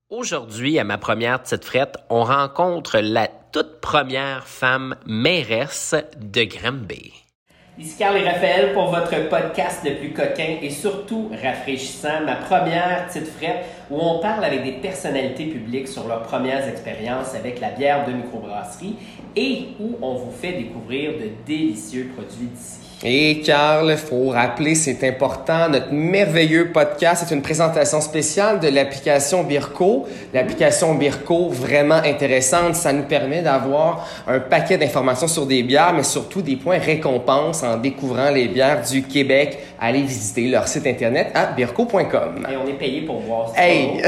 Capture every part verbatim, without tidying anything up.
Aujourd'hui, à ma première petite frette, on rencontre la toute première femme mairesse de Granby. Ici Carl et Raphaël pour votre podcast le plus coquin et surtout rafraîchissant, ma première petite frette où on parle avec des personnalités publiques sur leurs premières expériences avec la bière de microbrasserie et où on vous fait découvrir de délicieux produits d'ici. Et Carl, il faut rappeler, c'est important, notre merveilleux podcast est une présentation spéciale de l'application Birko. L'application Birko, vraiment intéressante, ça nous permet d'avoir un paquet d'informations sur des bières, mais surtout des points récompenses en découvrant les bières du Québec. Allez visiter leur site internet à birko point com. Et on est payé pour voir ça. Hey!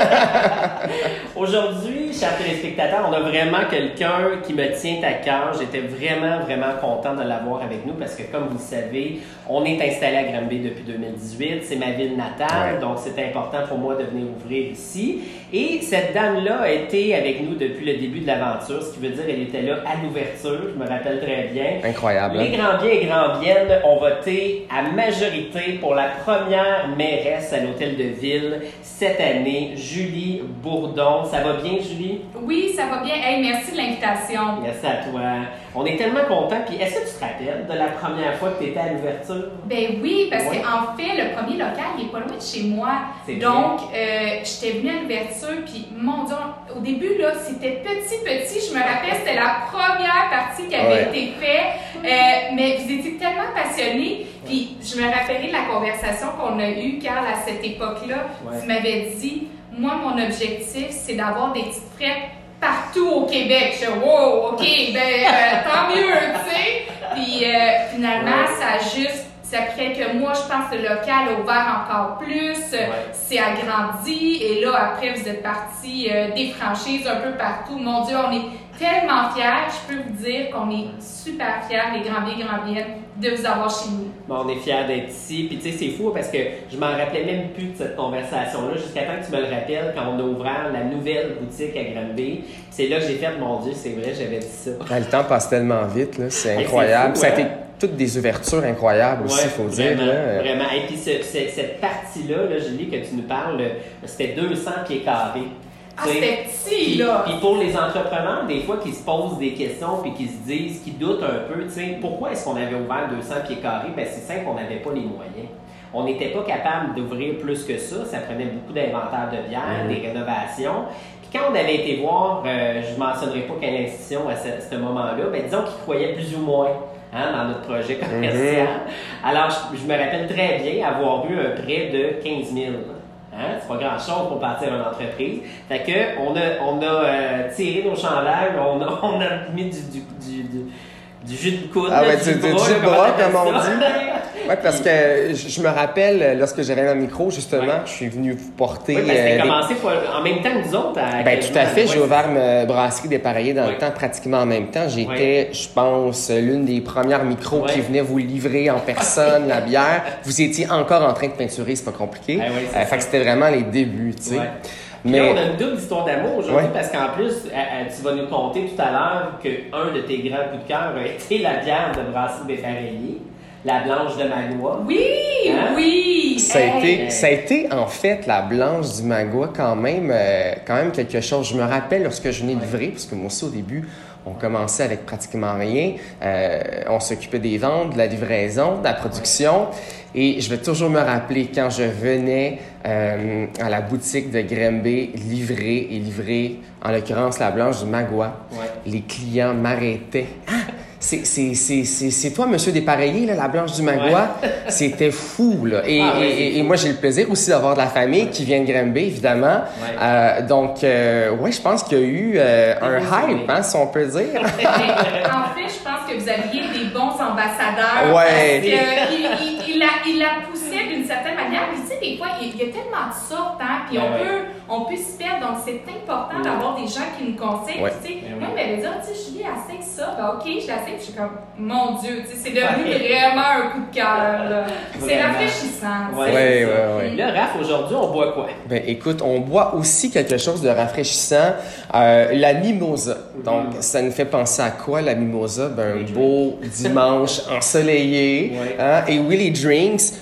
Aujourd'hui, chers téléspectateurs, on a vraiment quelqu'un qui me tient à cœur. J'étais vraiment, vraiment content de l'avoir avec nous parce que, comme vous le savez, on est installé à Granby depuis deux mille dix-huit. C'est ma ville natale, ouais. Donc c'est important pour moi de venir ouvrir ici. Et cette dame-là a été avec nous depuis le début de l'aventure, ce qui veut dire qu'elle était là à l'ouverture, je me rappelle très bien. Incroyable. Les Granbiens et Granbiennes ont voté à majorité pour la première mairesse à l'Hôtel de Ville cette année, Julie Bourdon. Ça va bien, Julie? Oui, ça va bien. Hey, merci de l'invitation. Merci à toi. On est tellement contents. Puis, est-ce que tu te rappelles de la première fois que tu étais à l'ouverture? Ben oui, parce Oui. qu'en fait, le premier local, il est pas loin de chez moi. C'est Donc, euh, j'étais venue à l'ouverture, puis mon Dieu, au début, là, c'était petit, petit. Je me rappelle, c'était la première partie qui avait Ouais. été faite. Euh, mais vous étiez tellement passionnés. Puis, je me rappellerai de la conversation qu'on a eue, Carl, à cette époque-là. Ouais. Tu m'avais dit, moi, mon objectif, c'est d'avoir des petites frettes partout au Québec. Je dis, wow, OK, ben, euh, tant mieux, tu sais. Puis euh, finalement, Ouais. ça a juste, ça a pris quelques mois, je pense que le local a ouvert encore plus, Ouais. c'est agrandi, et là, après, vous êtes partis euh, des franchises un peu partout. Mon Dieu, on est tellement fiers, je peux vous dire qu'on est super fiers, les Granbiens et Granbiennes, de vous avoir chez nous. Bon, on est fiers d'être ici. Puis, tu sais, c'est fou parce que je m'en rappelais même plus de cette conversation-là jusqu'à temps que tu me le rappelles quand on a ouvert la nouvelle boutique à Granby. C'est là que j'ai fait, mon Dieu, c'est vrai, j'avais dit ça. Ah, le temps passe tellement vite, là, c'est Hey, incroyable. c'est fou, ça a hein? été toutes des ouvertures incroyables aussi, il faut dire. Vraiment, Là. vraiment. Et puis, ce- ce- cette partie-là, là, Julie, que tu nous parles, c'était deux cents pieds carrés. Ah, Tu sais, c'était petit, Puis, là! puis pour les entrepreneurs, des fois, qui se posent des questions puis qui se disent, qui doutent un peu, tu sais, pourquoi est-ce qu'on avait ouvert deux cents pieds carrés? Ben, c'est simple, on n'avait pas les moyens. On n'était pas capable d'ouvrir plus que ça. Ça prenait beaucoup d'inventaire de bière, Mmh. des rénovations. Puis quand on avait été voir, euh, je ne mentionnerai pas quelle institution à ce, ce moment-là, ben, disons qu'ils croyaient plus ou moins hein, dans notre projet commercial. Mmh. Alors, je, je me rappelle très bien avoir eu un prêt de quinze mille. Hein? C'est pas grand-chose pour partir une entreprise. Fait que on a, on a euh, tiré nos chandails, on a, on a mis du, du, du, du, du jus de coude. Ah, là, ben, du, du bras, jus de comment bras, t'appelles comme on ça? dit. Oui, parce que je, je me rappelle, lorsque j'avais un micro, justement, Ouais. je suis venu vous porter. Oui, parce que euh, t'as des- commencé pour- en même temps que nous autres. À Ben, tout à fait. J'ai Ouais, ouvert ma brasserie dépareillée dans Ouais. le temps, pratiquement en même temps. J'étais, Ouais. je pense, l'une des premières micros Ouais. qui venait vous livrer en personne la bière. Vous étiez encore en train de peinturer, c'est pas compliqué. Ah ouais, c'est Euh, ça. fait que c'était vraiment les débuts, tu sais. Ouais. Puis Mais là, on a une double histoire d'amour aujourd'hui Ouais. parce qu'en plus, euh, euh, tu vas nous conter tout à l'heure qu'un de tes grands coups de cœur a été la bière de brasserie dépareillée, la Blanche de Magua. Oui, Hein? oui! ça a, Hey. été, ça a été, en fait, la blanche du Magua quand même, euh, quand même quelque chose. Je me rappelle lorsque je venais livrer, parce que moi aussi, au début, on commençait avec pratiquement rien. Euh, on s'occupait des ventes, de la livraison, de la production. Et je vais toujours me rappeler quand je venais euh, à la boutique de Granby livrer et livrer, en l'occurrence, la blanche du Magua. Ouais. Les clients m'arrêtaient. Ah! C'est, c'est, c'est, c'est, c'est toi, monsieur Despareillés, là, la blanche du Magua? Ouais. C'était fou, là. Et, Ah, ouais, et- c'est et fou. moi, j'ai le plaisir aussi d'avoir de la famille qui vient de Granby, évidemment. Ouais. Euh, donc, euh, ouais, je pense qu'il y a eu euh, un beaux hype, souvenirs. hein, si on peut dire. Mais, en fait, je pense que vous aviez des bons ambassadeurs. Ouais. Parce que il, il, il, la, il la poussait d'une certaine manière. Puis, tu sais, des fois, il, il y a tellement de sortes, hein. Puis, Ouais, on, ouais. peut, on peut se perdre. Donc, c'est important Ouais. d'avoir des gens qui nous conseillent. Ouais. Puis, tu sais, Ouais, moi, ouais. il m'avait dit, ah, tu sais, Julie, essaye ça. Ben, OK, je l'essaye. Puis, je suis comme, mon Dieu, tu sais, c'est devenu Ouais. vraiment un coup de cœur, là. C'est Vraiment. rafraîchissant. tu sais. Ouais, Ouais, c'est ça. ouais, ouais. Puis là, Raph, aujourd'hui, on boit quoi? Ben, écoute, on boit aussi quelque chose de rafraîchissant, euh, la mimosa. Donc, Mm. ça nous fait penser à quoi, la mimosa? Ben, un Les beau dimanche ensoleillé. Ouais. Hein? Et oui, les drinks,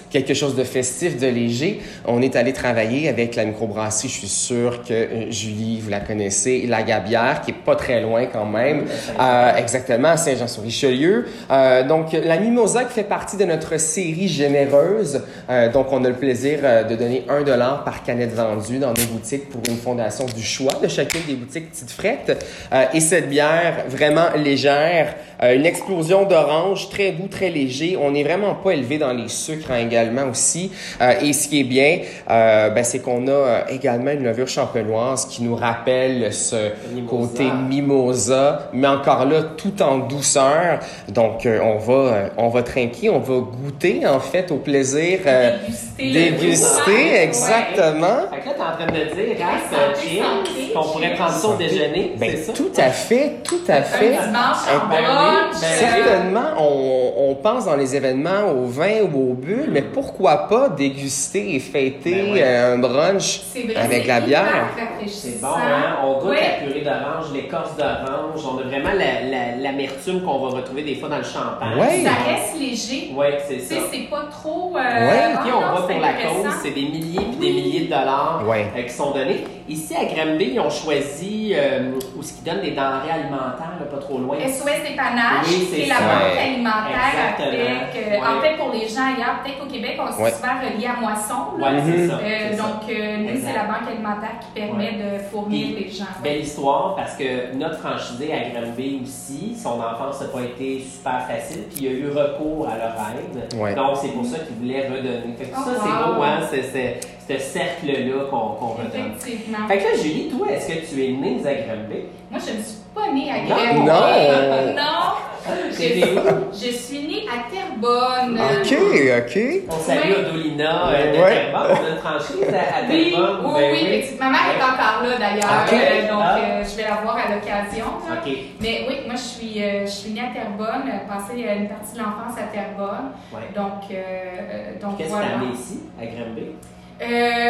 quelque chose de festif, de léger, on est allé travailler avec la microbrasserie. Je suis sûr que euh, Julie, vous la connaissez, La Gabière, qui est pas très loin quand même, euh, exactement, à Saint-Jean-sur-Richelieu. Euh, donc, la Mimosa qui fait partie de notre série généreuse. Euh, donc, on a le plaisir euh, de donner un dollar par canette vendue dans nos boutiques pour une fondation du choix de chacune des boutiques Tite Frette. Euh, et cette bière, vraiment légère, euh, une explosion d'orange, très doux, très léger. On n'est vraiment pas élevé dans les sucres hein, également aussi. Euh, et ce qui est bien, euh, ben, c'est qu'on a euh, également une levure champenoise qui nous rappelle ce mimosa. Côté mimosa, mais encore là, tout en douceur. Donc, euh, on va euh, on va trinquer, on va goûter en fait au plaisir euh, déguster, déguster exactement. Ouais. Fait que là, t'es en train de dire, grâce Cheers, qu'on pourrait prendre ça au déjeuner, ben, c'est ça? Tout à fait, tout à fait. Un dimanche en ben brunch. Oui, ben certainement, on, on pense dans les événements au vin ou aux bulles, mais pourquoi pas déguster et fêter ben ouais. euh, un brunch vrai, avec la bière? C'est bon, hein? On goûte ouais. la purée d'orange, l'écorce d'orange. On a vraiment la, la, l'amertume qu'on va retrouver des fois dans le champagne. Ouais. Ça reste léger. Oui, c'est ça. C'est pas trop... Euh, ouais. Puis on va pour la cause, c'est des milliers puis des milliers de dollars ouais. euh, qui sont donnés. Ici, à Granby, ils ont choisi euh, où ce qui donne des denrées alimentaires, là, pas trop loin. S O S Dépannage, oui, c'est, c'est la ça. banque Ouais. alimentaire Exactement. avec... Euh, ouais. En fait, pour les gens ailleurs, peut-être qu'au Québec, on s'est ouais. souvent relié à Moisson. Là. Ouais, c'est ça. Euh, c'est donc, euh, nous, c'est la banque alimentaire qui permet ouais. de fournir Puis, les gens. Belle histoire, parce que notre franchisé à Granby aussi, son enfance n'a pas été super facile, puis il a eu recours à leur aide. Ouais. Donc, c'est pour ça qu'il voulait redonner. Fait que oh, ça, wow. c'est beau, hein? C'est, c'est, ce cercle-là qu'on, qu'on redonne. Effectivement. Fait que là, Julie, toi, est-ce que tu es née à Granby? Moi, je ne suis pas née à Granby. Non! Non! T'es où? Je suis née à Terrebonne. OK, OK. On salue ouais. Odolina euh, de ouais. Terrebonne. On a une franchise à, à oui, Terrebonne. oui, ben, oui, oui. Ma mère est encore là, d'ailleurs. Okay. Euh, donc, ah. euh, je vais la voir à l'occasion. OK. Mais oui, moi, je suis, euh, je suis née à Terrebonne, euh, passé une partie de l'enfance à Terrebonne. Ouais. Donc, euh, donc Qu'est-ce voilà. que tu as amené ici, à Granby? Euh,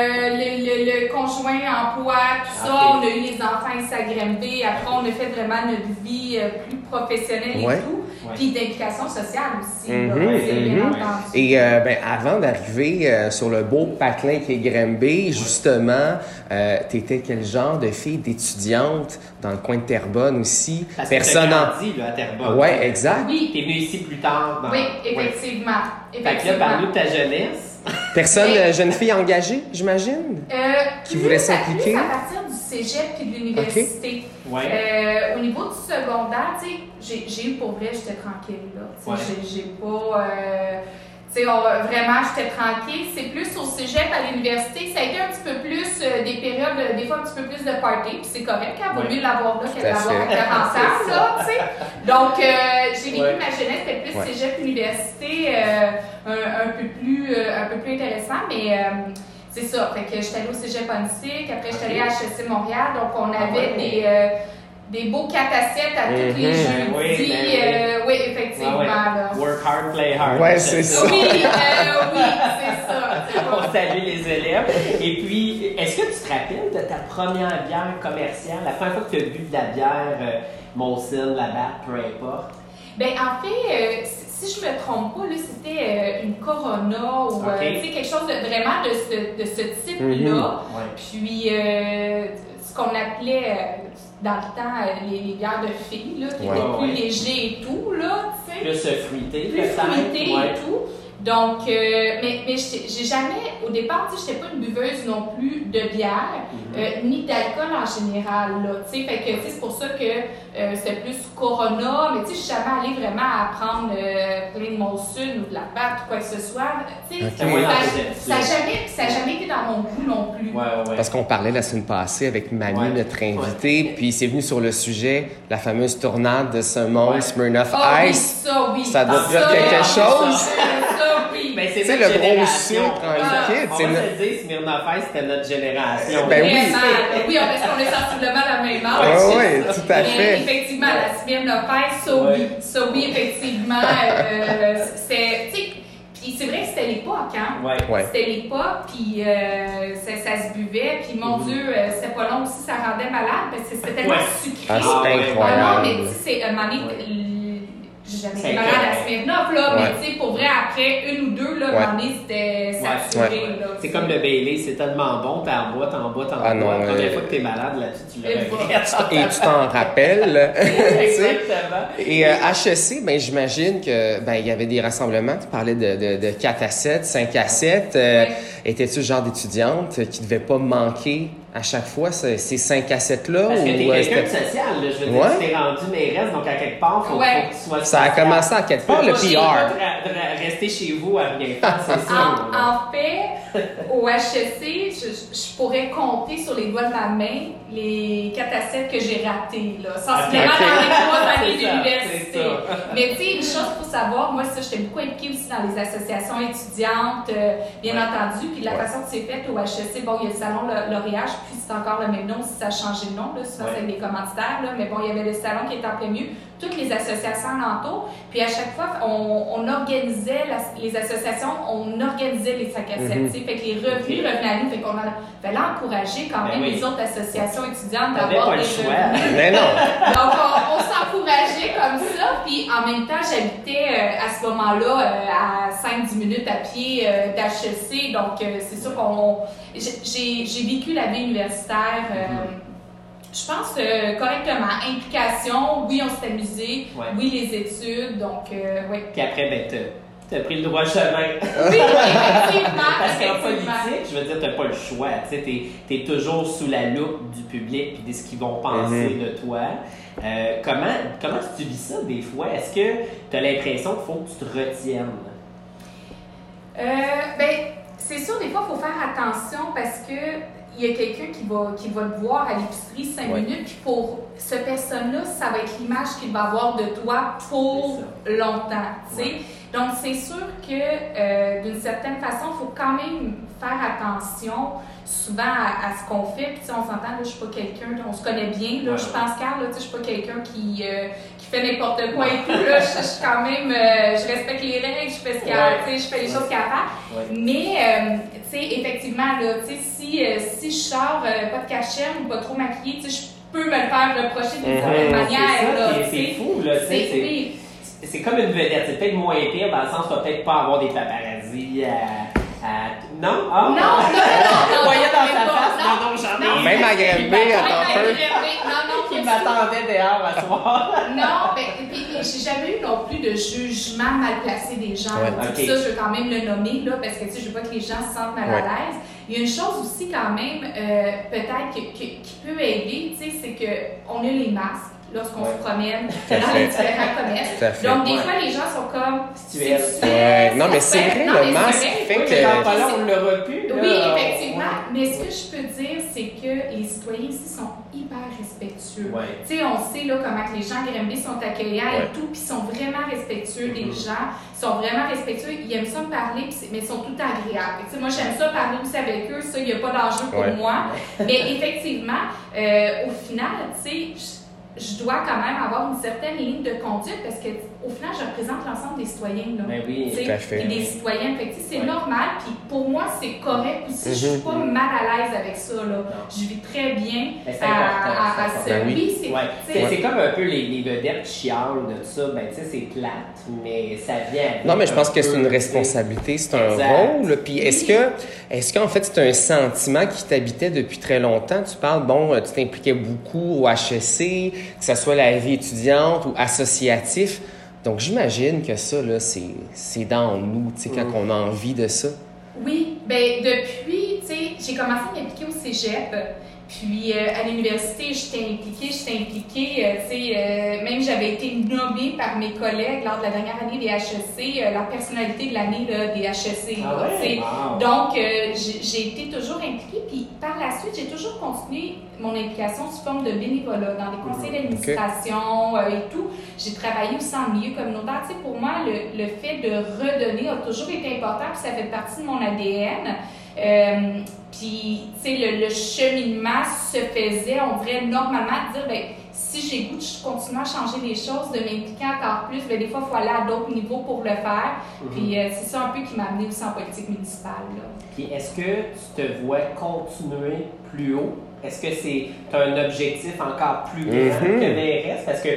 le, le, le conjoint, emploi, tout ça, okay. on a eu les enfants ici à Granby. Après, on a fait vraiment notre vie euh, plus professionnelle ouais. et tout. Ouais. Puis d'implication sociale aussi. Mm-hmm, là, mm-hmm. Bien entendu. Et euh, ben, avant d'arriver euh, sur le beau patelin qui est Granby, justement, euh, tu étais quel genre de fille d'étudiante dans le coin de Terrebonne aussi? Parce Personne que tu as grandi là, à Terrebonne. Oui, exact. Oui. Tu es venue ici plus tard. Dans... Oui, effectivement. Ouais. effectivement. Fait que là, parle-nous de ta jeunesse. Personne, Mais, euh, jeune fille engagée, j'imagine? Euh, qui voulait s'impliquer? À partir du cégep et de l'université. Okay. Ouais. Euh, au niveau du secondaire, tu sais, j'ai, j'ai eu pour vrai, j'étais tranquille, là. Ouais. J'ai, j'ai pas... Euh, tu sais, vraiment, j'étais tranquille. C'est plus au cégep, à l'université, ça a été un petit peu plus euh, des périodes, des fois un petit peu plus de party, puis c'est correct, il vaut mieux l'avoir là que l'avoir à quarante ans, là, tu sais. Donc, euh, j'ai vécu ouais. ma jeunesse, c'était plus ouais. cégep, université, euh, un, un, peu plus, euh, un peu plus intéressant, mais... Euh, c'est ça, fait que j'étais allée au cégep Ontic, après j'étais allée à H E C Montréal, donc on avait ah ouais. des, euh, des beaux quatre à sept à mm-hmm. tous les jeudis. Oui, ben oui. Euh, oui, effectivement. Ah ouais. Là. Work hard, play hard. Ouais, c'est ça. Oui, euh, oui, c'est ça. C'est on salue les élèves. Et puis, est-ce que tu te rappelles de ta première bière commerciale, la première fois que tu as bu de la bière euh, Molson, Labatt, peu importe? Bien, en fait, euh, si je me trompe pas, là, c'était euh, une Corona ou okay. euh, quelque chose de vraiment de ce, de ce type-là. Mm-hmm. Ouais. Puis, euh, ce qu'on appelait euh, dans le temps euh, les, les bières de filles, là, qui ouais, étaient plus ouais. légers et tout, là, tu sais. Plus euh, fruité. Plus fruité ouais. et tout. Donc, euh, mais, mais j'ai jamais, au départ, tu sais, j'étais pas une buveuse non plus de bière, mm-hmm. euh, ni d'alcool en général, là, tu sais, fait que, tu sais, c'est pour ça que euh, c'était plus Corona, mais tu sais, je suis jamais allée vraiment à prendre euh, plein de Molson ou de la Labatt ou quoi que ce soit, tu sais, okay. ça n'a jamais, ça a jamais été dans mon goût non plus. Ouais, ouais. Parce qu'on parlait la semaine passée avec Manu, ouais. notre invitée, ouais. puis c'est venu sur le sujet, la fameuse tournade de Saumon, ouais. Smirnoff oh, Ice. Oui, ça, oui. Ça doit dire quelque chose. Ben, c'est c'est le gros sucre en liquide. On c'est va notre... se dire, Smirnoff Ice, c'était notre génération. Ben oui. Oui, parce qu'on est sensiblement la même âge. Oui, oui, tout à mais fait. Effectivement, la Smirnoff Ice, ça oui. Ça oui, effectivement. Euh, c'est, tu sais, puis c'est vrai que c'était l'époque, hein? Ouais. Ouais. C'était l'époque, puis euh, ça, ça se buvait, puis mon mm-hmm. Dieu, euh, c'était pas long aussi, ça rendait malade, parce que c'était tellement ouais. sucré. Ah, c'est incroyable. Non, mais tu sais, c'est un moment donné, j'ai jamais été malade à Smirnoff, là, ouais. mais tu sais, pour vrai, après une ou deux, là, ouais. m'en est, c'était saturé, ouais. là. C'est comme le Bailey, c'est tellement bon, t'en bois, t'en bois, t'en bois. Ah non, la première euh... fois que t'es malade là-dessus, tu le regrettes. Et tu t'en rappelles. Exactement. Et euh, H E C, ben, j'imagine que, ben, il y avait des rassemblements, tu parlais de, de, de quatre à sept, cinq à sept. Euh, ouais. Étais-tu le genre d'étudiante qui ne devait pas manquer à chaque fois ces cinq à sept-là? Parce que t'es ou, quelqu'un de social, là. Je veux dire, ouais. tu t'es rendu mairesse, donc à quelque part, il faut, ouais. faut que tu sois social. Ça a commencé à quelque part, le P R. Tu peux pas rester chez vous à rien faire, c'est ça. En, en fait, au H E C, je, je pourrais compter sur les doigts de ma main les quatre à sept que j'ai ratés, là. Sensiblement okay. dans les trois années d'université. Mais tu sais, une chose qu'il faut savoir, moi, ça, j'étais beaucoup impliquée aussi dans les associations étudiantes, euh, bien ouais. entendu. Puis la ouais. façon que c'est fait au H E C, bon, il y a le salon Lauréage, puis c'est encore le même nom si ça a changé de nom, là, souvent ouais. c'est avec des commanditaires, là, mais bon, il y avait le salon qui était en plein milieu, toutes les associations alentours, puis à chaque fois, on, on organisait la, les associations, on organisait les cinq à sept, mm-hmm. fait que les revenus okay. revenaient à nous, fait qu'on fallait encourager quand même ben oui. les autres associations étudiantes d'avoir des revenus. Mais non! Donc, on, on s'encourageait comme ça, puis en même temps, j'habitais euh, à ce moment-là euh, à cinq à dix minutes à pied euh, d'H E C, donc euh, c'est sûr qu'on... J'ai, j'ai vécu la vie universitaire, euh, mm-hmm. je pense, euh, correctement. Implication, oui, on s'est amusé, ouais. oui, les études, donc, euh, oui. Puis après, ben, t'as, t'as pris le droit chemin. Oui, effectivement. Parce qu'en effectivement. politique, je veux dire, t'as pas le choix. Tu sais, t'es, t'es toujours sous la loupe du public et de ce qu'ils vont penser mm-hmm. de toi. Euh, comment, comment tu vis ça des fois? Est-ce que t'as l'impression qu'il faut que tu te retiennes? Euh, ben... C'est sûr, des fois, il faut faire attention parce que il y a quelqu'un qui va, qui va te voir à l'épicerie cinq ouais. minutes, puis pour cette personne-là, ça va être l'image qu'il va avoir de toi pour longtemps, tu sais. Ouais. Donc, c'est sûr que euh, d'une certaine façon, il faut quand même faire attention souvent à, à ce qu'on fait. Puis, on s'entend, là, je suis pas quelqu'un, on se connaît bien, là, ouais. je pense, Carl, là, tu sais, je suis pas quelqu'un qui, euh, qui fait n'importe quoi et tout, là, je, je suis quand même, euh, je respecte les règles, je fais ce qu'il y a, ouais. tu sais, je fais les choses qu'il y a à faire. Ouais. Mais, euh, tu sais, effectivement, là, tu sais, si, euh, si je sors euh, pas de cachet ou pas trop maquillée, tu sais, je peux me le faire reprocher d'une mm-hmm. certaine manière, c'est là. C'est, c'est fou, là, tu sais, c'est... c'est... C'est comme une vedette, c'est peut-être moins pire dans le sens où tu vas peut-être pas avoir des paparazzis à... à... Non? Ah, non, non, non, non, voyais dans ta face, non, non, j'en ai... Même à Granby, attends un peu. Non, non, qui m'attendait dehors à soir. Non, mais j'ai jamais eu non plus de jugement mal placé des gens. Ouais, okay. Ça, je veux quand même le nommer, là, parce que, tu sais, je veux pas que les gens se sentent mal ouais. à l'aise. Il y a une chose aussi, quand même, euh, peut-être, que, que, qui peut aider, tu sais, c'est qu'on a les masques lorsqu'on ouais. se promène dans les différents commerces. Donc, des ouais. fois, les gens sont comme... C'est ouais. Non, mais c'est vrai, non, le masque fait oui, que... Dans pas là, on ne l'aura plus. Là. Oui, effectivement. Ouais. Mais ce que je peux dire, c'est que les citoyens ici sont hyper respectueux. Ouais. Tu sais, on sait là, comment que les gens à Granby sont accueillants ouais. et tout, puis ils sont vraiment respectueux mm-hmm. des gens. Ils sont vraiment respectueux. Ils aiment ça me parler, mais ils sont tout agréables. Tu sais, moi, j'aime ça parler aussi avec eux. Ça, il n'y a pas d'enjeu pour ouais. moi. Mais effectivement, euh, au final, tu sais... je dois quand même avoir une certaine ligne de conduite parce que au final, je représente l'ensemble des citoyens. Là. Ben oui, tout à fait. Et des citoyennes. Fait que, c'est ouais. normal. Puis pour moi, c'est correct aussi. Mm-hmm. Je suis pas mal à l'aise avec ça. Là. Je vis très bien ben, c'est à, important, à, à c'est ça. Oui, c'est, ouais. c'est, c'est comme un peu les, les vedettes qui chialent de tout ça. Ben, tu sais, c'est plate, mais ça vient. Non, mais je pense que c'est une responsabilité, c'est un exact. Rôle. Puis est-ce que, est-ce qu'en fait, c'est un sentiment qui t'habitait depuis très longtemps? Tu parles, bon, tu t'impliquais beaucoup au H E C, que ce soit la vie étudiante ou associatif. Donc, j'imagine que ça, là, c'est, c'est dans nous, tu sais, quand mmh. on a envie de ça. Oui, bien, depuis, tu sais, j'ai commencé à m'impliquer au cégep. Puis, euh, à l'université, j'étais impliquée, j'étais impliquée, euh, tu sais, euh, même j'avais été nommée par mes collègues lors de la dernière année des H E C, euh, la personnalité de l'année là, des H E C. Ah là, ouais? Wow. Donc, euh, j'ai, j'ai été toujours impliquée. Puis, par la suite, j'ai toujours continué mon implication sous forme de bénévolat dans les conseils d'administration okay. euh, et tout. J'ai travaillé aussi en milieu communautaire. Tu sais, pour moi, le, le fait de redonner a toujours été important, puis ça fait partie de mon A D N. Euh, puis, tu sais, le, le cheminement se faisait, on dirait, normalement, de dire, bien, si j'ai goût de continuer à changer les choses, de m'impliquer encore plus, bien, des fois, il faut aller à d'autres niveaux pour le faire. Mm-hmm. Puis, euh, c'est ça un peu qui m'a amené aussi en politique municipale. Là. Puis, est-ce que tu te vois continuer plus haut? Est-ce que c'est un objectif encore plus grand mm-hmm. que mairesse? Parce que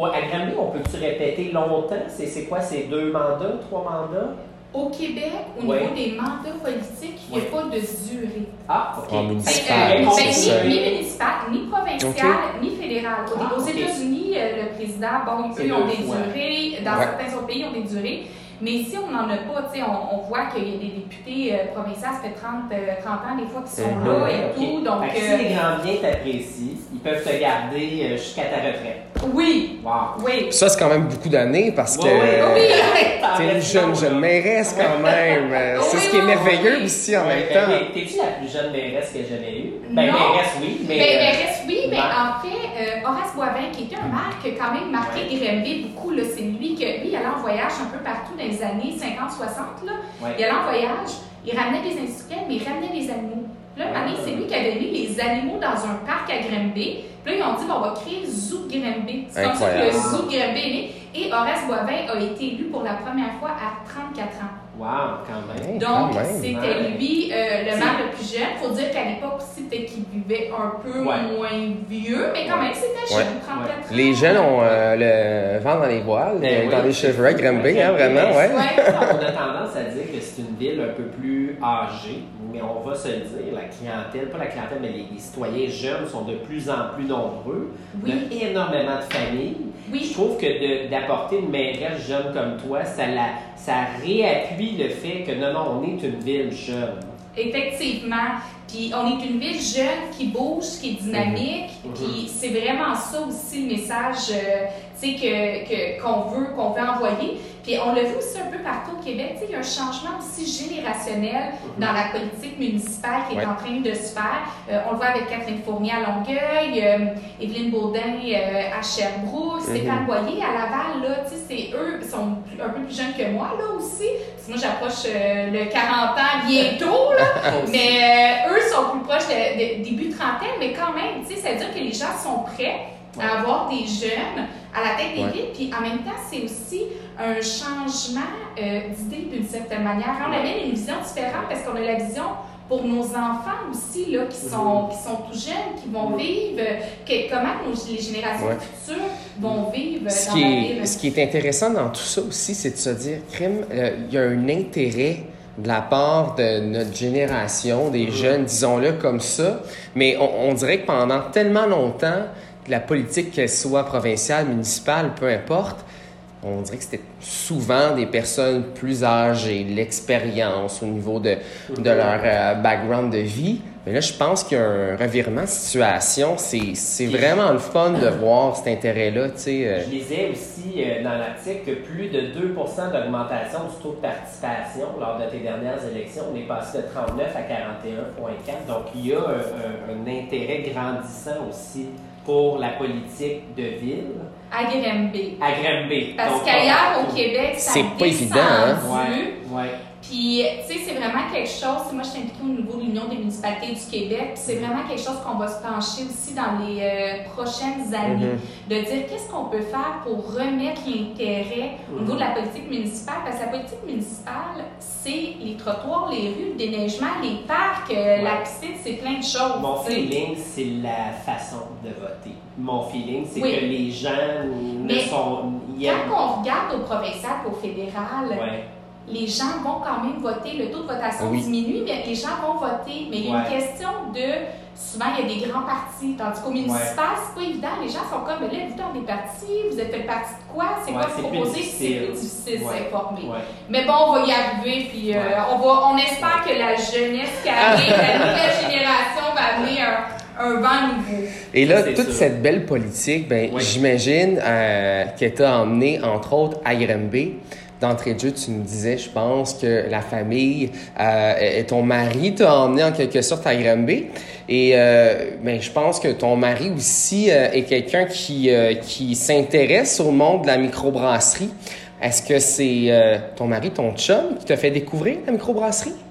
Ouais, à Granby, on peut-tu répéter longtemps? C'est, c'est quoi, c'est deux mandats, trois mandats? Au Québec, au ouais. niveau des mandats politiques, il n'y a ouais. pas de durée. Ah, OK. En municipal, ben, euh, ben, c'est ni, ni municipal, ni provincial, okay. ni fédéral. Ah, aux okay. États-Unis, euh, le président, bon, eux, ils ont des fois. durées. Dans ouais. certains autres pays, ils ont des durées. Mais ici, on n'en a pas. On, on voit qu'il y a des députés euh, provinciaux, ça fait trente, trente ans des fois qui sont mm-hmm. là et okay. tout. Donc, fait que euh, si les Grandiens t'apprécient, ils peuvent te garder euh, jusqu'à ta retraite. Oui. Wow. Oui. Ça, c'est quand même beaucoup d'années parce que ouais, ouais. oui. t'es une jeune, jeune mairesse quand même. oui, c'est ce qui est merveilleux oui. aussi en ouais, même temps. Ben, t'es-tu la plus jeune mairesse que j'ai jamais eue? Ben, non. mairesse, oui. Mais, ben, euh, mairesse, oui, mais en fait, euh, Horace Boivin, qui était un maire qui a quand même marqué ouais. Granby beaucoup, là, c'est lui qui lui, il allait en voyage un peu partout dans les années cinquante soixante. Là. Ouais. Il allait en voyage, il ramenait des industriels, mais il ramenait des animaux. Là, une année, c'est lui qui avait mis les animaux dans un parc à Granby. Puis là, ils ont dit, bon, on va créer le zoo de Granby. C'est comme ça que le zoo de Granby est né. Et Horace Boivin a été élu pour la première fois à trente-quatre ans. Wow, quand même. Donc, quand même. c'était lui, euh, le maire le plus jeune. Il faut dire qu'à l'époque aussi, peut-être qu'il vivait un peu ouais. moins vieux, mais quand même, c'était jeune, ouais. trente-quatre ans. Les jeunes ont euh, le vent dans les voiles, ben, dans oui. les cheveux à Granby, hein, vraiment, ouais. ouais. On a tendance à dire que c'est une ville un peu plus âgée, mais on va se le dire, la clientèle, pas la clientèle, mais les, les citoyens jeunes sont de plus en plus nombreux. Oui. Il y a énormément de familles. Oui. Je trouve que de, d'apporter une mairesse jeune comme toi, ça, la, ça réappuie le fait que non, non, on est une ville jeune. Effectivement. Puis on est une ville jeune qui bouge, qui est dynamique. Mm-hmm. Puis c'est vraiment ça aussi le message euh, tu sais, que, que, qu'on veut, qu'on veut envoyer. Puis on l'a vu aussi un peu partout au Québec. Tu sais, il y a un changement aussi générationnel mm-hmm. dans la politique municipale qui est ouais. en train de se faire. Euh, on le voit avec Catherine Fournier à Longueuil, euh, Évelyne Baudin euh, à Sherbrooke, mm-hmm. Stéphane Boyer à Laval. Là, tu sais, c'est eux qui sont un peu plus jeunes que moi là aussi. Parce que moi, j'approche euh, le quarante ans bientôt. Là. Mais euh, eux sont plus proches de, de début trentaine, mais quand même, tu sais, ça veut dire que les gens sont prêts ouais. à avoir des jeunes à la tête des ouais. villes, puis en même temps, c'est aussi un changement euh, d'idée d'une certaine manière. On amène une vision différente parce qu'on a la vision pour nos enfants aussi, là, qui sont, qui sont tout jeunes, qui vont vivre, que, comment nos, les générations ouais. futures vont vivre ce dans qui la est, ville. Ce qui est intéressant dans tout ça aussi, c'est de se dire, crime, euh, il y a un intérêt de la part de notre génération, des mmh. jeunes, disons-le comme ça, mais on, on dirait que pendant tellement longtemps, la politique, qu'elle soit provinciale, municipale, peu importe, on dirait que c'était souvent des personnes plus âgées, l'expérience au niveau de, de leur euh, background de vie. Mais là, je pense qu'il y a un revirement de situation. C'est, c'est vraiment le fun de voir cet intérêt-là. Tu sais, euh... Je lisais aussi euh, dans l'article que plus de deux pour cent d'augmentation du taux de participation lors de tes dernières élections. On est passé de trente-neuf à quarante et un virgule quatre. Donc, il y a un, un, un intérêt grandissant aussi pour la politique de ville. À Granby. À Granby. Parce Donc, qu'ailleurs au Québec, ça c'est pas évident, hein? Ouais, ouais. Puis, tu sais, c'est vraiment quelque chose, moi je suis impliquée au niveau de l'Union des municipalités du Québec, puis c'est vraiment quelque chose qu'on va se pencher aussi dans les euh, prochaines années, mm-hmm. de dire qu'est-ce qu'on peut faire pour remettre l'intérêt mm-hmm. au niveau de la politique municipale, parce que la politique municipale, c'est les trottoirs, les rues, le déneigement, les parcs, euh, ouais. la piscine, c'est plein de choses. Mon t'sais. feeling, c'est la façon de voter. Mon feeling, c'est oui. que les gens Mais ne sont... Quand on regarde au provincial et au fédéral, ouais. les gens vont quand même voter, le taux de votation oui. diminue, mais les gens vont voter. Mais il y a ouais. une question de... Souvent, il y a des grands partis, tandis qu'au municipal, ouais. c'est pas évident. Les gens sont comme, là, vous dans des partis, vous êtes fait partie de quoi? C'est ouais, quoi c'est vous proposez? C'est plus difficile de ouais. s'informer. Ouais. Mais bon, on va y arriver, puis euh, ouais. on, va, on espère que la jeunesse qui arrive, la nouvelle génération va amener un... un vent nouveau. Et là, c'est toute sûr. cette belle politique, ben, oui. j'imagine euh, qu'elle t'a emmené, entre autres, à Granby. D'entrée de jeu, tu nous disais, je pense, que la famille euh, et ton mari t'a emmené en quelque sorte à Granby. Et euh, ben, je pense que ton mari aussi euh, est quelqu'un qui, euh, qui s'intéresse au monde de la microbrasserie. Est-ce que c'est euh, ton mari, ton chum, qui t'a fait découvrir la microbrasserie?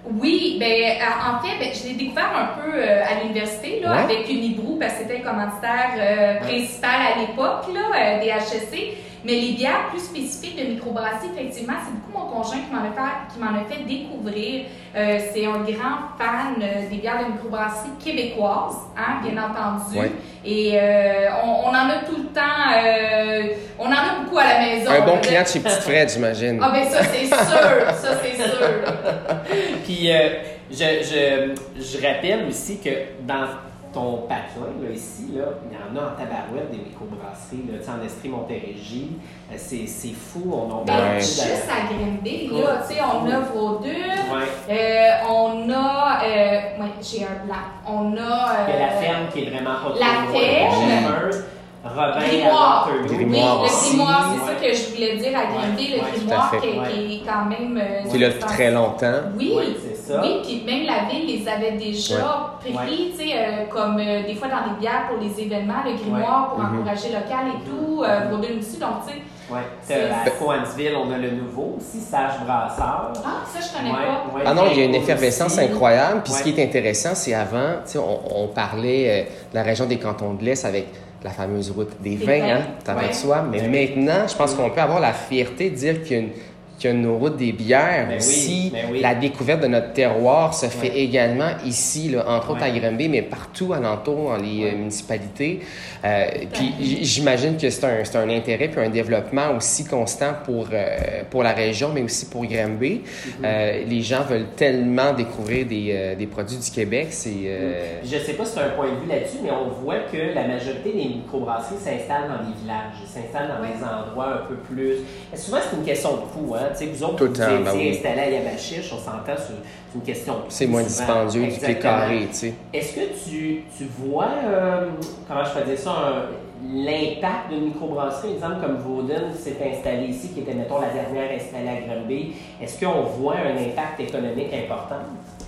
Oui, ben en fait, ben, je l'ai découvert un peu euh, à l'université là, ouais. avec Unibrou, parce que c'était le commanditaire euh, principal à l'époque là, euh, des H E C. Mais les bières plus spécifiques de microbrasserie, effectivement, c'est beaucoup mon conjoint qui m'en a fait, qui m'en a fait découvrir. Euh, c'est un grand fan euh, des bières de microbrasserie québécoises, hein, bien entendu. Ouais. Et euh, on, on en a tout le temps, euh, on en a beaucoup à la maison. Un bon là. client de chez Petite Fred, j'imagine. Ah ben ça, c'est sûr, ça, c'est sûr. Puis, euh, je, je, je rappelle aussi que dans ton patelin, là, ici, là, il y en a en tabarouette des microbrasseries, là, tu sais, en Estrie Montérégie. Euh, c'est, c'est fou, on en Ben, Ouais. juste à Grimby, là, tu sais, on a Vaudune, Ouais. euh, on a, euh, ouais, j'ai un blanc, on a... Euh, Il y a la ferme qui est vraiment pas trop la loin, ferme. Gémeuse, Robin Grimoire. à Waterloo. Grimoire Oui, le aussi. grimoire, c'est Ouais. ça que je voulais dire à Grimby, Ouais, le ouais, grimoire tout à fait. qui, Ouais. qui est quand même... Euh, Qui est là depuis très longtemps. Oui, Oui, c'est ça. oui, puis même la ville les avait déjà pris, Ouais. tu sais, euh, comme euh, des fois dans des bières pour les événements, le grimoire pour Mhm. encourager local et tout, euh, Vaudune aussi, donc tu sais... Ouais. C'est- À Coansville, on a le nouveau aussi, Sage Brasseur. Ah, ça, je connais Ouais, pas. ouais. Ah non, il y a une effervescence Aussi. incroyable. Puis ce Ouais. qui est intéressant, c'est avant, tu sais, on, on parlait euh, de la région des cantons de l'Est avec la fameuse route des Des vins, vins. hein, t'en vas Ouais. de soi. Mais Ouais. maintenant, je pense qu'on peut avoir la fierté de dire qu'il y a une, qu'il y a une route des bières Ben oui, aussi. ben oui. La découverte de notre terroir se fait Ouais. également ici, là, entre autres Ouais. à Grimby, mais partout alentour dans les Ouais. euh, municipalités. Euh, puis j- j'imagine que c'est un, c'est un intérêt puis un développement aussi constant pour, euh, pour la région, mais aussi pour Grimby. Mm-hmm. Euh, les gens veulent tellement découvrir des, euh, des produits du Québec. C'est, euh, Je ne sais pas si tu as un point de vue là-dessus, mais on voit que la majorité des microbrasseries s'installent dans des villages, ils s'installent dans Ouais. des endroits un peu plus... Souvent, c'est une question de coût. Hein? Tu sais, vous autres, Tout le vous temps, étiez ben oui. installés à Yamachiche, on s'entend, c'est c'est une question de coût. c'est moins souvent. dispendieux du pied Exactement. carré, tu sais. Est-ce que tu, tu vois, euh, comment je peux dire ça, un- l'impact d'une microbrasserie, exemple comme Vaudune qui s'est installée ici, qui était, mettons, la dernière installée à Grimby, est-ce qu'on voit un impact économique important?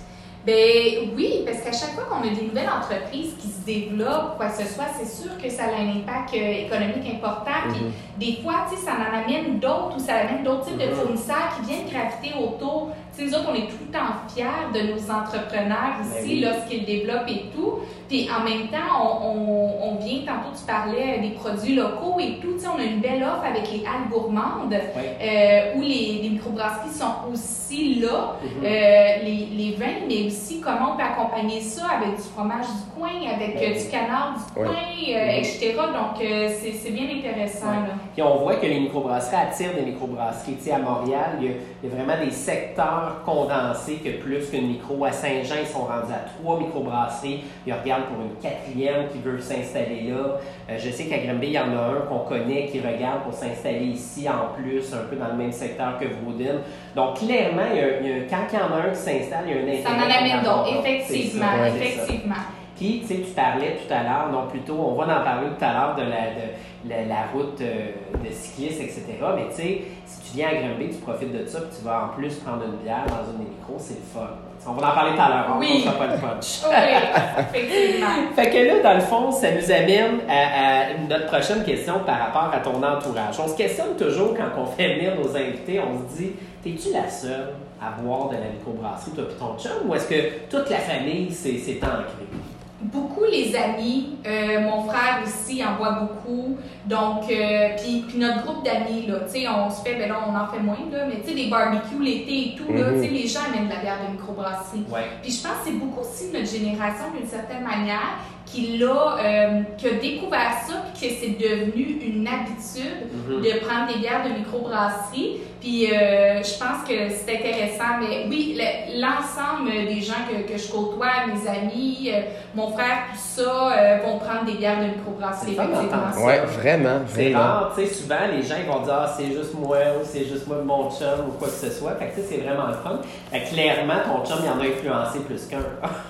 Ben oui, parce qu'à chaque fois qu'on a des nouvelles entreprises qui se développent, quoi que ce soit, c'est sûr que ça a un impact euh, économique important. Puis des fois, tu sais, ça en amène d'autres ou ça amène d'autres types de Mhm. fournisseurs qui viennent graviter autour. Tu sais, nous autres, on est tout le temps fiers de nos entrepreneurs Ben ici, oui. lorsqu'ils développent et tout. Puis en même temps, on, on, on vient, tantôt tu parlais des produits locaux et tout. Tu sais, on a une belle offre avec les Halles gourmandes Ouais. euh, où les, les microbrasseries sont aussi là. Mhm. Euh, les, les vins, mais aussi comment on peut accompagner ça avec du fromage du coin, avec Ben euh, oui. du canard du Ouais. coin, euh, et cetera. Donc, euh, c'est, c'est bien intéressant. Ouais. Là. Puis on voit que les microbrasseries attirent des microbrasseries. Tu sais, à Montréal, il y, a, il y a vraiment des secteurs condensés que plus qu'une micro. À Saint-Jean, ils sont rendus à trois microbrasseries. Ils regardent pour une quatrième qui veut s'installer là. Euh, je sais qu'à Grimby, il y en a un qu'on connaît qui regarde pour s'installer ici en plus, un peu dans le même secteur que Vaudine. Donc, clairement, il y a, il y a, quand il y en a un qui s'installe, il y a un intérêt. Ça en amène pour avoir d'autres, d'autres. effectivement, C'est ça, c'est ça. effectivement. Puis, tu sais, tu parlais tout à l'heure, non plutôt, on va en parler tout à l'heure de la, de, la, la route euh, de cyclistes, et cetera. Mais tu sais, si tu viens à Grimby, tu profites de ça, puis tu vas en plus prendre une bière dans une des micros, c'est le fun. T'sais, on va en parler tout à l'heure, on Oui. ne fera pas le punch. Oui, effectivement. Fait que là, dans le fond, ça nous amène à, à notre prochaine question par rapport à ton entourage. On se questionne toujours quand on fait venir nos invités, on se dit, t'es-tu la seule à boire de la microbrasserie, toi et ton chum, ou est-ce que toute la famille s'est s'est ancrée? Beaucoup les amis, euh, mon frère aussi en boit beaucoup, donc euh, puis puis notre groupe d'amis là, tu sais on se fait, ben là on en fait moins là, mais tu sais des barbecues l'été et tout là, Mhm. tu sais les gens amènent de la bière de microbrasserie. Ouais. Puis je pense que c'est beaucoup aussi notre génération d'une certaine manière qui l'a, euh, qui a découvert ça puis que c'est devenu une habitude Mhm. de prendre des bières de microbrasserie. Puis euh, je pense que c'est intéressant. Mais oui, le- l'ensemble des gens que, que je côtoie, mes amis, euh, mon frère, tout ça, euh, vont prendre des bières de microbrasserie. C'est fun effectivement. d'entendre ça. Ouais, vraiment, C'est vraiment. rare, tu sais, souvent les gens ils vont dire ah, c'est juste moi ou c'est juste moi mon chum ou quoi que ce soit. Fait que tu sais, c'est vraiment le fun. Fait que clairement, ton chum il en a influencé plus qu'un.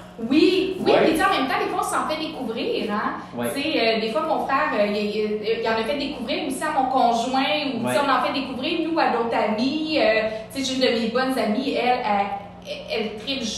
Oui, oui, Ouais. puis tu sais, en même temps, des fois, on s'en fait découvrir, hein. Ouais. Tu sais, euh, des fois, mon frère, euh, il, il- il en a fait découvrir aussi à mon conjoint, ou tu sais, Ouais. on en fait découvrir, nous, à d'autres amis. Euh, tu sais, j'ai une de mes bonnes amies, elle, elle, elle, elle tripe juste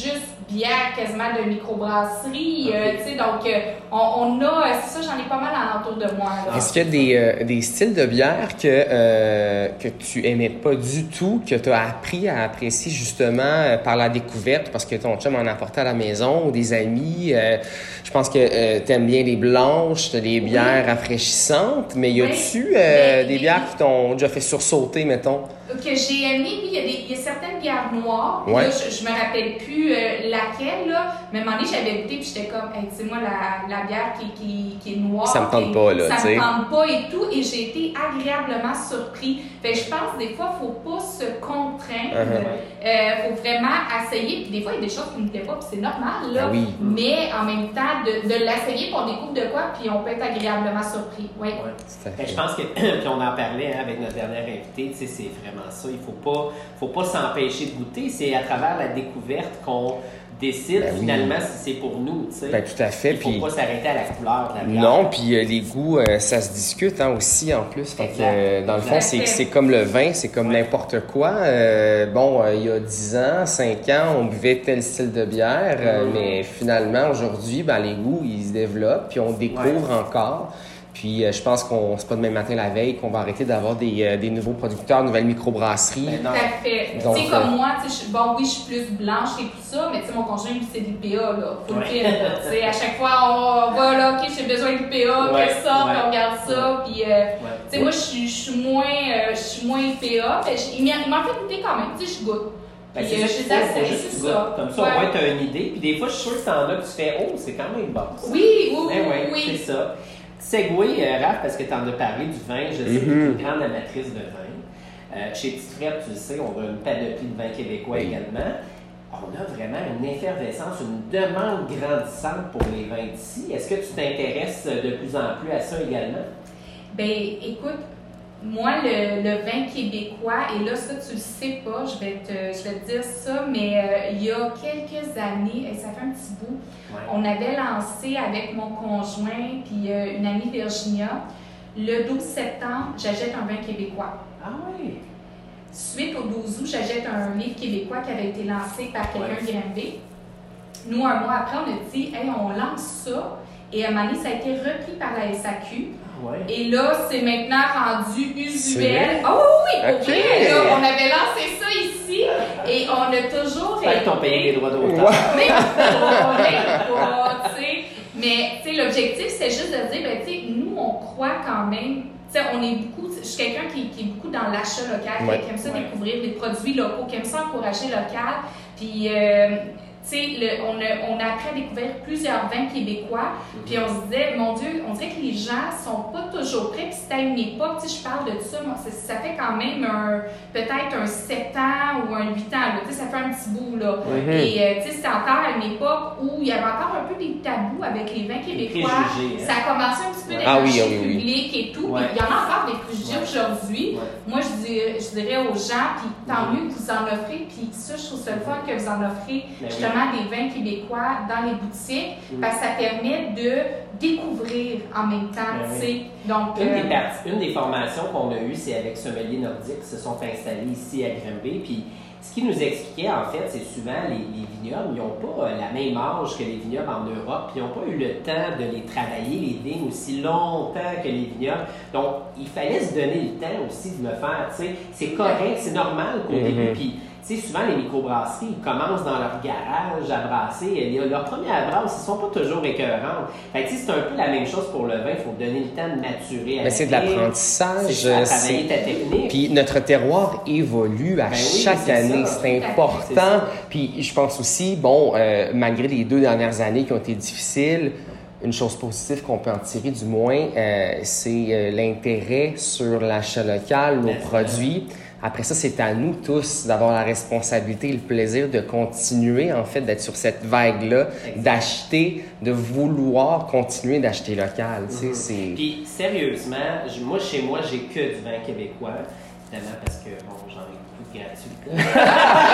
bière quasiment de microbrasserie. Okay. Euh, tu sais, donc, euh, on, on a, c'est ça, j'en ai pas mal alentour de moi. Là. Est-ce qu'il y a des, euh, des styles de bière que, euh, que tu aimais pas du tout, que tu as appris à apprécier justement euh, par la découverte, parce que ton chum en a apporté à la maison, ou des amis? Euh, je pense que euh, tu aimes bien les blanches, les bières oui. rafraîchissantes, mais y a-tu euh, des bières qui t'ont déjà fait sursauter, mettons? Que j'ai aimé, oui, il y, a des, il y a certaines bières noires. Ouais. Là, je, je me rappelle plus euh, laquelle, là. Mais à un moment donné, j'avais goûté, puis j'étais comme, hey, tu sais, moi, la, la bière qui, qui, qui est noire. Ça me tente pas, là, tu sais. Ça me tente pas et tout. Et j'ai été agréablement surpris. Fait que je pense, des fois, il ne faut pas se contraindre. Il uh-huh. euh, faut vraiment essayer. Puis des fois, il y a des choses qui ne me plaisent pas, puis c'est normal, là. Ah oui. Mais en même temps, de, de l'essayer, puis on découvre de quoi, puis on peut être agréablement surpris. Oui. Ouais. Je pense que, puis on en parlait hein, avec notre dernière invitée, tu sais, c'est vraiment ça. Il ne faut pas, faut pas s'empêcher de goûter. C'est à travers la découverte qu'on décide ben finalement oui. si c'est pour nous. Tu sais. Ben, tout à fait. Il ne faut puis... pas s'arrêter à la couleur de la bière. Non, puis euh, les goûts, euh, ça se discute hein, aussi en plus. Fait que, euh, dans le fond, c'est, c'est comme le vin, c'est comme ouais. n'importe quoi. Euh, bon, euh, il y a dix ans, cinq ans, on buvait tel style de bière, euh, mmh. mais finalement, aujourd'hui, ben, les goûts, ils se développent, puis on découvre ouais. encore. Puis euh, je pense qu'on c'est pas demain matin la veille qu'on va arrêter d'avoir des, euh, des nouveaux producteurs, nouvelles microbrasseries. Tout à fait. Tu sais, comme euh... moi, tu sais, bon, oui, je suis plus blanche et tout ça, mais tu sais, mon conjoint, lui, c'est de l'I P A, là. Faut le dire, là. Tu sais, à chaque fois, on va là, OK, j'ai besoin d'I P A, ouais. qu'elle sort, ouais. puis on regarde ça. Ouais. Puis, euh, ouais. tu sais, ouais. moi, je suis, je suis moins, euh, je suis moins I P A. Fait, il m'en fait goûter quand même, tu sais, je goûte. Ben, c'est euh, ça, c'est juste c'est ça. Comme ça, ouais. au moins, tu as une idée. Puis des fois, je suis sûr que t'en as, tu fais, oh, c'est quand même bon. Ça. Oui, oui, ben, ouais, oui. C'est ça. Segway, euh, Raph, parce que tu en as parlé du vin, je sais mm-hmm. que tu es une grande amatrice de vin. Euh, chez Petite Frette, tu le sais, on a une panoplie de vins québécois oui. également. On a vraiment une effervescence, une demande grandissante pour les vins d'ici. Est-ce que tu t'intéresses de plus en plus à ça également? Bien, écoute, moi, le, le vin québécois, et là, ça, tu le sais pas, je vais te, je vais te dire ça, mais euh, il y a quelques années, et ça fait un petit bout, ouais. on avait lancé avec mon conjoint puis euh, une amie Virginia, le douze septembre, j'achète un vin québécois. Ah oui! Suite au douze août, j'achète un livre québécois qui avait été lancé par quelqu'un de Granby. Nous, un mois après, on a dit, hey, on lance ça, et à un moment donné, ça a été repris par la S A Q. Ouais. Et là, c'est maintenant rendu usuel. Oh oui, oui, okay. oui. Là, on avait lancé ça ici et on a toujours été... Fait qu'on payait les droits d'auteur. Mais pas, mais pas, tu sais. Mais, tu sais, l'objectif, c'est juste de dire, ben, tu sais, nous, on croit quand même... Tu sais, on est beaucoup... Je suis quelqu'un qui, qui est beaucoup dans l'achat local, ouais. qui aime ça ouais. découvrir des produits locaux, qui aime ça encourager local. Puis... Euh, tu sais, on a, on a appris à découvrir plusieurs vins québécois, mm-hmm. puis on se disait, mon Dieu, on dirait que les gens sont pas toujours prêts, puis c'était à une époque, tu sais, je parle de ça, moi, ça, ça fait quand même un, peut-être un sept ans ou un huit ans, là, tu sais, ça fait un petit bout, là. Mm-hmm. Et, euh, tu sais, c'était encore à une époque où il y avait encore un peu des tabous avec les vins québécois. Hein? Ça a commencé un petit peu ouais. dans ah, le oui, marché oui, oui. public et tout, ouais. puis il y en a encore des préjugés ouais. aujourd'hui. Ouais. Moi, je dirais, je dirais aux gens, puis tant mieux que vous en offrez, puis ça, je trouve ça le fun que vous en offrez, mais justement, oui. des vins québécois dans les boutiques, mmh. parce que ça permet de découvrir en même temps, tu sais. Donc, une, euh... des parties, une des formations qu'on a eues, c'est avec Sommeliers Nordiques qui se sont installés ici à Granby. Puis, ce qu'ils nous expliquaient, en fait, c'est souvent les, les vignobles, ils n'ont pas la même âge que les vignobles en Europe, puis ils n'ont pas eu le temps de les travailler, les vignes, aussi longtemps que les vignobles. Donc, il fallait se donner le temps aussi de le faire, tu sais. C'est correct, c'est normal qu'au mmh. début, puis tu sais, souvent, les microbrasseries, ils commencent dans leur garage à brasser. Leur première brasse, ils ne sont pas toujours écœurantes. Fait que, c'est un peu la même chose pour le vin. Il faut donner le temps de maturer. Mais c'est de l'apprentissage. C'est travailler ta technique. Puis notre terroir évolue à ben oui, chaque année. Ça. C'est important. C'est Puis je pense aussi, bon, euh, malgré les deux dernières années qui ont été difficiles, une chose positive qu'on peut en tirer du moins, euh, c'est euh, l'intérêt sur l'achat local, nos ben, produits. Après ça, c'est à nous tous d'avoir la responsabilité et le plaisir de continuer, en fait, d'être sur cette vague-là, exact. D'acheter, de vouloir continuer d'acheter local. Mm-hmm. Tu sais, c'est... Puis, sérieusement, moi, chez moi, j'ai que du vin québécois, évidemment, parce que, bon, j'en ai beaucoup de gratuit.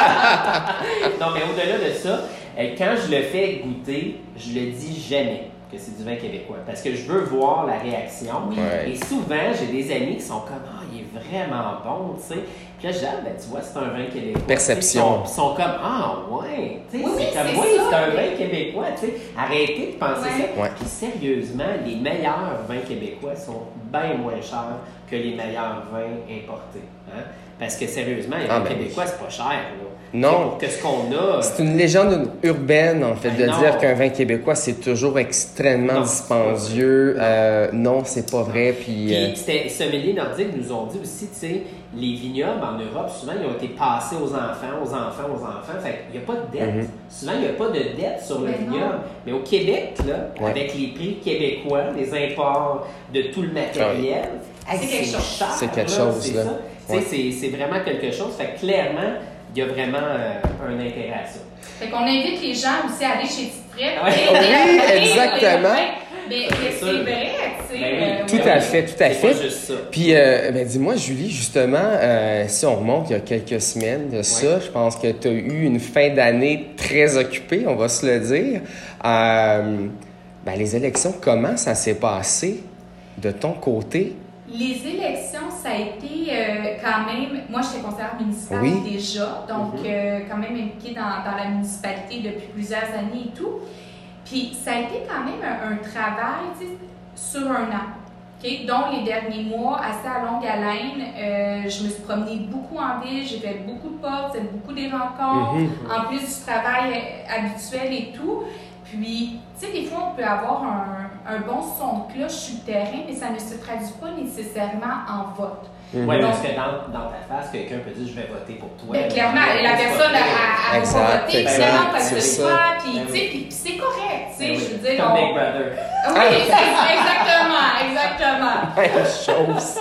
Non, mais au-delà de ça, quand je le fais goûter, je le dis jamais. que c'est du vin québécois. Parce que je veux voir la réaction. Ouais. Et souvent, j'ai des amis qui sont comme « Ah, il est vraiment bon, tu sais. » Puis là, je dis « Ah, ben tu vois, c'est un vin québécois. » Perception. Ils sont, sont comme « Ah, ouais. » Tu sais, Oui, c'est comme c'est « Oui, ça. c'est un vin québécois. » Tu sais, arrêtez de penser Ouais. ça. Ouais. Puis sérieusement, les meilleurs vins québécois sont bien moins chers que les meilleurs vins importés. Hein? Parce que sérieusement, les vins Ah, ben québécois, c'est pas cher, là. Non. Que ce qu'on a. C'est une légende urbaine, en fait, Ben de non. dire qu'un vin québécois, c'est toujours extrêmement Non, dispendieux. Euh, non, c'est pas vrai. Puis, Puis, euh, c'était, sommeliers nordiques nous ont dit aussi, tu sais, les vignobles en Europe, souvent, ils ont été passés aux enfants, aux enfants, aux enfants. Fait qu'il n'y a pas de dette. Mhm. Souvent, il n'y a pas de dette sur le Mais vignoble. non. Mais au Québec, là, Ouais. avec les prix québécois, les imports de tout le matériel, hey, C'est quelque chose. cher, C'est quelque là, chose, c'est là. ça. Tu Ouais. sais, c'est, c'est vraiment quelque chose. Fait que clairement, il y a vraiment euh, un intérêt à ça. Fait qu'on invite les gens aussi à aller chez Petite Frette. Ouais. et- Oui, et- et- exactement. Mais, mais C'est c'est sûr. vrai, tu sais. Ben oui. euh, Tout oui. à fait, tout à C'est fait. pas juste ça. Puis, euh, ben, dis-moi, Julie, justement, euh, si on remonte il y a quelques semaines de ça, je pense que tu as eu une fin d'année très occupée, on va se le dire. Euh, ben, les élections, comment ça s'est passé de ton côté? Les élections, ça a été euh, quand même. Moi, j'étais conseillère municipale Oui. déjà, donc Mhm. euh, quand même impliquée dans, dans la municipalité depuis plusieurs années et tout. Puis ça a été quand même un, un travail, tu sais, sur un an. OK? Donc, les derniers mois, assez à longue haleine, euh, je me suis promenée beaucoup en ville, j'ai fait beaucoup de portes, fait beaucoup des rencontres, Mhm. en plus du travail euh, habituel et tout. Puis, tu sais, des fois, on peut avoir un, un bon son de cloche sur le terrain, mais ça ne se traduit pas nécessairement en vote. Mhm. Oui, Donc- parce que dans, dans ta face, quelqu'un peut dire « Je vais voter pour toi. » Ben, clairement, la personne a, a, a Exact, pas voté, exact, finalement, parce que c'est c'est ça. toi, puis Ben tu sais, oui. puis puis c'est correct, tu sais, Ben oui. je veux dire. Comme on- Big Brother. Oui, c'est- exactement, exactement. Même chose.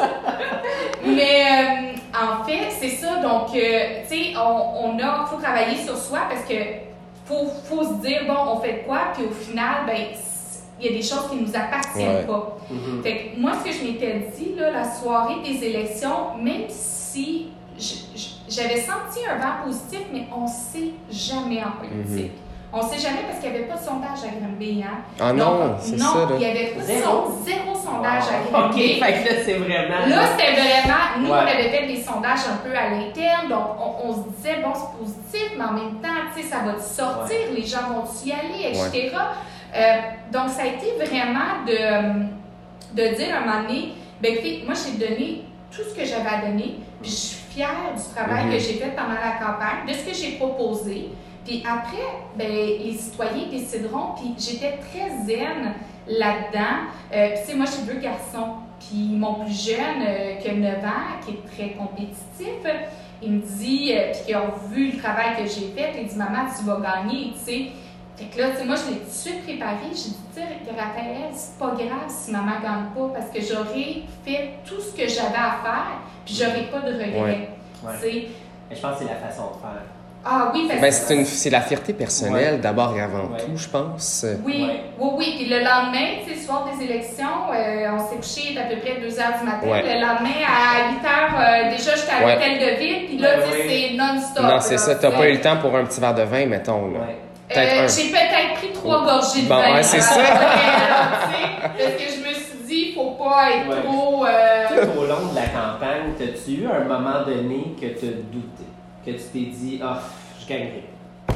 Mais euh, en fait, c'est ça. Donc, euh, tu sais, on, on a, faut travailler sur soi parce que faut, faut se dire, bon, on fait quoi, puis au final, ben, il y a des choses qui nous appartiennent Ouais. pas. Mhm. Fait que moi, ce que je m'étais dit, là, la soirée des élections, même si je- je- j'avais senti un vent positif, mais on sait jamais en politique. On sait jamais parce qu'il n'y avait pas de sondage à Granby, hein? Ah non, Donc, c'est non, ça, là. il n'y avait pas de Zéro. son- zéro sondage à Wow. OK, Granby. fait que là, c'est vraiment... Là, c'était vraiment. Nous, Ouais. on avait fait des sondages un peu à l'interne, donc on, on se disait, bon, c'est positif, mais en même temps, tu sais, ça va sortir, les gens vont y aller, et cetera. Euh, donc, ça a été vraiment de, de dire à un moment donné, ben, écoutez, moi, j'ai donné tout ce que j'avais à donner, puis je suis fière du travail Mhm. que j'ai fait pendant la campagne, de ce que j'ai proposé. Puis après, ben, les citoyens décideront. Puis j'étais très zen là-dedans. Euh, puis tu sais, moi, j'ai deux garçons. Puis mon plus jeune, euh, qui a neuf ans, qui est très compétitif, il me dit, euh, puis qui a vu le travail que j'ai fait, il dit, maman, tu vas gagner, tu sais. Fait que là, tu sais, moi, je l'ai tout de suite préparé. J'ai dit, tu sais, Raphaël, c'est pas grave si maman gagne pas, parce que j'aurais fait tout ce que j'avais à faire, puis j'aurais pas de regrets. Ouais. Ouais. Tu sais. Mais je pense que c'est la façon de faire. Ah oui, parce Ben, que. c'est, une, c'est la fierté personnelle, Ouais. d'abord et avant Ouais. tout, je pense. Oui, Ouais. oui, oui. Puis le lendemain, tu sais, le soir des élections, euh, on s'est couché à peu près deux heures du matin. Ouais. Le lendemain, à huit heures, euh, déjà, j'étais à Ouais. l'hôtel de ville. Puis là, Ouais, tu sais, ouais. c'est non-stop. Non, c'est là, ça. T'as tu pas sais. eu le temps pour un petit verre de vin, mettons, là. Ouais. Peut-être Euh, un. J'ai peut-être pris trois gorgées de Bon, vin. ouais, c'est là, ça. là, tu sais, parce que je me suis dit, il faut pas être Ouais. trop. euh, Tout au long de la campagne, as-tu eu un moment donné que tu as douté? Que tu t'es dit, ah, je gagnerai?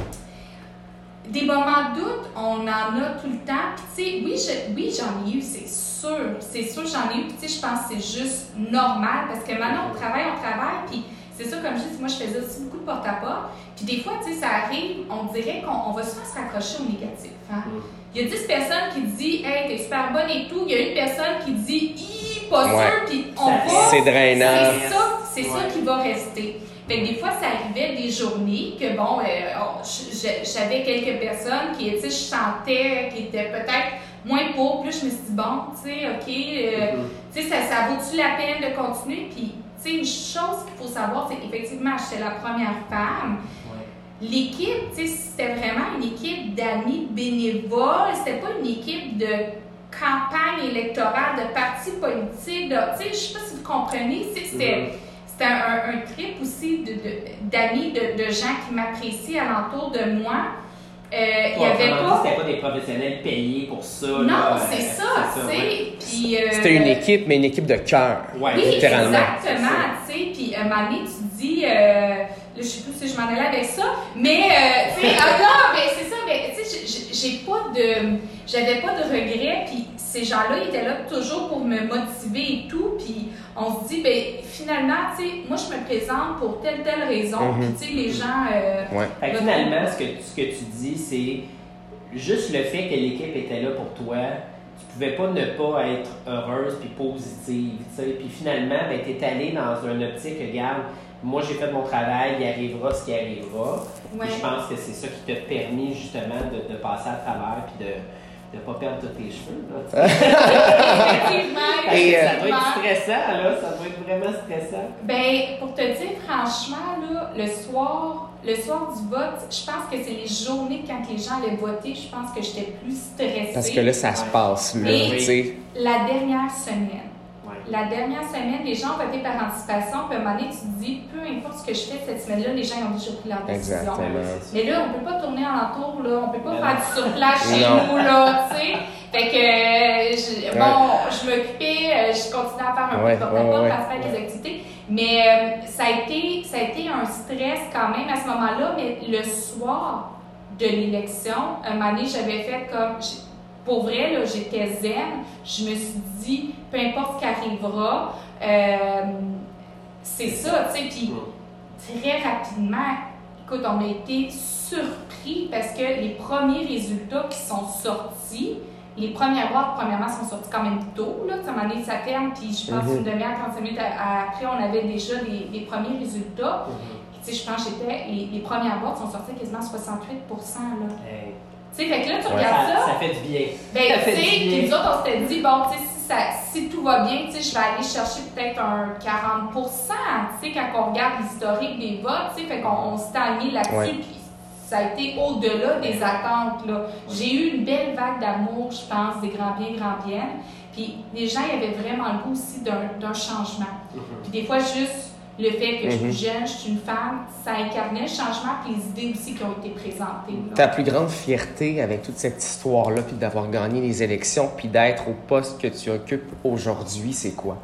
Des moments de doute, on en a tout le temps. Puis, tu sais, oui, je- oui, j'en ai eu, c'est sûr. C'est sûr, j'en ai eu. Puis, tu sais, je pense que c'est juste normal parce que maintenant, on travaille, on travaille. Puis, c'est ça, comme je dis, moi, je faisais aussi beaucoup de porte-à-porte. Puis, des fois, tu sais, ça arrive, on dirait qu'on on va souvent se raccrocher au négatif. Hein? Mm. Il y a dix personnes qui disent, hey, t'es super bonne et tout. Il y a une personne qui dit, hi, pas Ouais. sûr. Puis, on Ça va. C'est drainant. C'est ça, c'est ça Ouais. qui va rester. Fait que des fois, ça arrivait des journées que, bon, euh, oh, je- je- j'avais quelques personnes qui, tu sais, je sentais qui étaient peut-être moins pauvres. Puis là, je me suis dit, bon, tu sais, OK, euh, Mhm. tu sais, ça, ça vaut-tu la peine de continuer? Puis, tu sais, une chose qu'il faut savoir, c'est qu'effectivement, j'étais la première femme. Ouais. L'équipe, tu sais, c'était vraiment une équipe d'amis bénévoles. C'était pas une équipe de campagne électorale, de partis politiques. de- Tu sais, je sais pas si vous comprenez, tu sais, c'était... Mhm. C'était un, un trip aussi de, de- d'amis, de, de gens qui m'apprécient alentour de moi. Euh, il y avait pas... C'était pas des professionnels payés pour ça. Non, là, c'est euh, ça, tu sais. Ouais. Puis, euh... C'était une équipe, mais une équipe de cœur, ouais, oui, littéralement. Exactement, tu sais. Puis, un moment donné, tu te dis, euh, là, je sais plus si je m'en allais avec ça, mais, euh, tu sais, ah non, mais c'est ça, mais, tu sais, j'ai pas de, j'avais pas de regrets, puis ces gens-là, ils étaient là toujours pour me motiver et tout, puis on se dit, ben finalement, tu sais, moi, je me présente pour telle, telle raison, mm-hmm. puis tu sais, les gens... Euh, ouais. Fait que finalement, ce que, ce que tu dis, c'est juste le fait que l'équipe était là pour toi, tu pouvais pas ne pas être heureuse puis positive, tu sais, puis finalement, ben, tu es allé dans une optique, regarde, moi, j'ai fait mon travail, il arrivera ce qui arrivera. Ouais. Puis je pense que c'est ça qui t'a permis justement de, de passer à travers puis de ne pas perdre tous tes cheveux. Là, effectivement. Et ça doit être stressant, là. Ça doit être vraiment stressant. Ben, pour te dire franchement, là, le soir, le soir du vote, je pense que c'est les journées quand les gens allaient voter, je pense que j'étais plus stressée. Parce que là, ça se passe, là, tu sais. La dernière semaine. La dernière semaine, les gens ont voté par anticipation, puis à un moment donné, tu te dis, peu importe ce que je fais cette semaine-là, les gens ils ont déjà pris leur décision. Exactement. Mais là, on ne peut pas tourner alentour, là, on ne peut pas faire du surplace chez nous, là, tu sais. Fait que, je, bon, ouais. je m'occupais, je continuais à faire un ouais, peu de ouais, porte-à-porte, ouais, à faire ouais. des activités. Mais euh, ça, a été, ça a été un stress quand même à ce moment-là, mais le soir de l'élection, un moment donné, j'avais fait comme... Pour vrai, là, j'étais zen. Je me suis dit, peu importe ce qui arrivera, euh, c'est ça, tu sais. Puis très rapidement, écoute, on a été surpris parce que les premiers résultats qui sont sortis, les premières boîtes, premièrement, sont sorties quand même tôt, là. À un moment donné, ça ferme, puis je pense mm-hmm. une demi-heure, trente minutes après, on avait déjà les, les premiers résultats. Mm-hmm. Tu sais, je pense que j'étais, les, les premières boîtes sont sorties quasiment soixante-huit pour cent, là. Hey. Tu sais, fait que là, tu ouais, regardes ça, ça. Ça fait du bien. Ben, tu sais, puis nous autres, on s'était dit, bon, tu sais, si, ça, si tout va bien, tu sais, je vais aller chercher peut-être un quarante pour cent, tu sais, quand on regarde l'historique des votes, tu sais, fait qu'on on s'était mis là-dessus, ouais. Puis ça a été au-delà des attentes, là. J'ai eu une belle vague d'amour, je pense, des grands-biens, grands-biennes, puis les gens, ils avaient vraiment le goût aussi d'un, d'un changement. Mm-hmm. Puis des fois, juste... Le fait que mm-hmm. je suis plus jeune, je suis une femme, ça incarnait le changement et les idées aussi qui ont été présentées. Là. Ta plus grande fierté avec toute cette histoire-là, puis d'avoir gagné les élections, puis d'être au poste que tu occupes aujourd'hui, c'est quoi?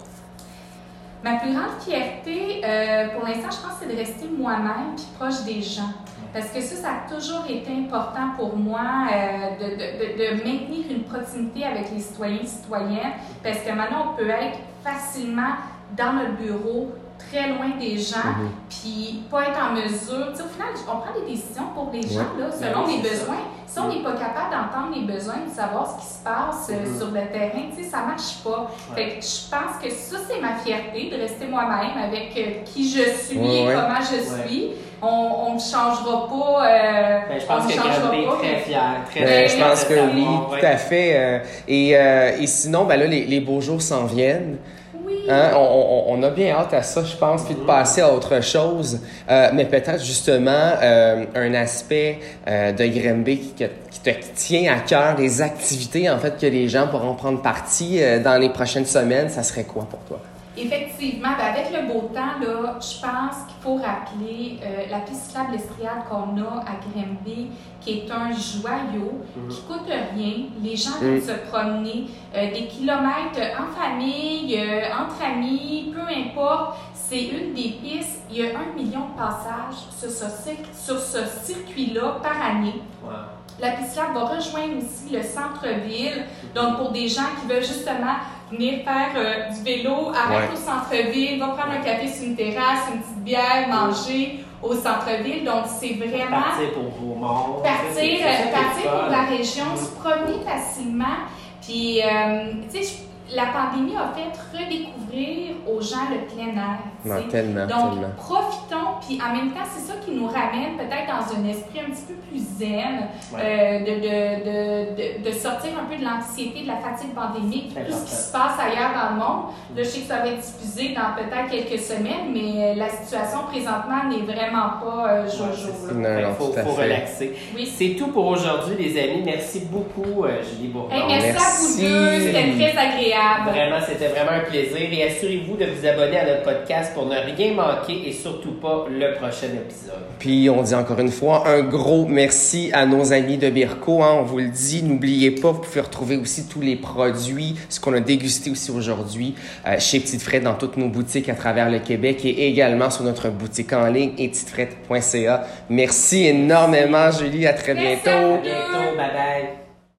Ma plus grande fierté, euh, pour l'instant, je pense, c'est de rester moi-même puis proche des gens. Parce que ça, ça a toujours été important pour moi euh, de, de, de, de maintenir une proximité avec les citoyens et citoyennes. Parce que maintenant, on peut être facilement dans notre bureau, très loin des gens, mm-hmm. puis pas être en mesure. Tu sais, au final, on prend des décisions pour les gens, ouais. là, selon oui, les besoins. Ça. Si on n'est pas capable d'entendre les besoins, de savoir ce qui se passe mm-hmm. euh, sur le terrain, tu sais, ça ne marche pas. Ouais. Fait que je pense que ça, c'est ma fierté, de rester moi-même avec euh, qui je suis ouais, et ouais. comment je ouais. suis. On ne changera pas. Euh, ben, je pense que Grande est très fière. Très ben, je pense que oui, tout ouais. à fait. Euh, et, euh, et sinon, ben là, les, les beaux jours s'en viennent. Hein? On, on, on a bien hâte à ça, je pense, puis de passer à autre chose. Euh, mais peut-être justement euh, un aspect euh, de Grimby qui, qui te qui tient à cœur, les activités en fait que les gens pourront prendre partie euh, dans les prochaines semaines, ça serait quoi pour toi? Effectivement, ben avec le beau temps, là, je pense qu'il faut rappeler euh, la piste cyclable L'Estriade qu'on a à Grimby, qui est un joyau, mm-hmm. qui ne coûte rien. Les gens viennent mm. se promener euh, des kilomètres en famille, euh, entre amis, peu importe. C'est une des pistes. Il y a un million de passages sur ce, sur ce circuit-là par année. Wow. La piste cyclable va rejoindre aussi le centre-ville. Donc, pour des gens qui veulent justement venir faire euh, du vélo, arrête ouais. au centre-ville, va prendre un café sur une terrasse, une petite bière, manger au centre-ville. Donc, c'est vraiment... Partir pour Beaumont. Partir, c'est, c'est partir pour la région, mmh. se promener facilement. Puis, euh, tu sais, la pandémie a fait redécouvrir aux gens le plein air. Non, tellement, Donc, tellement. profitons, puis en même temps, c'est ça qui nous ramène peut-être dans un esprit un petit peu plus zen, ouais. euh, de, de, de, de, de sortir un peu de l'anxiété, de la fatigue pandémique, tout ce qui se passe ailleurs dans le monde. Là, je sais que ça va être diffusé dans peut-être quelques semaines, mais la situation présentement n'est vraiment pas euh, jojo. Il faut, faut relaxer. Oui. C'est tout pour aujourd'hui, les amis. Merci beaucoup, euh, Julie Bourdon. Hey, merci, merci à vous deux, c'était très agréable. agréable. Vraiment, c'était vraiment un plaisir. Et assurez-vous de vous abonner à notre podcast pour ne rien manquer et surtout pas le prochain épisode. Puis, on dit encore une fois un gros merci à nos amis de Birko. Hein, on vous le dit, n'oubliez pas, vous pouvez retrouver aussi tous les produits, ce qu'on a dégusté aussi aujourd'hui euh, chez Petite Frette dans toutes nos boutiques à travers le Québec et également sur notre boutique en ligne et petite frette point c a. Merci énormément, Julie. À très Merci bientôt. à vous. À bientôt. Bye bye.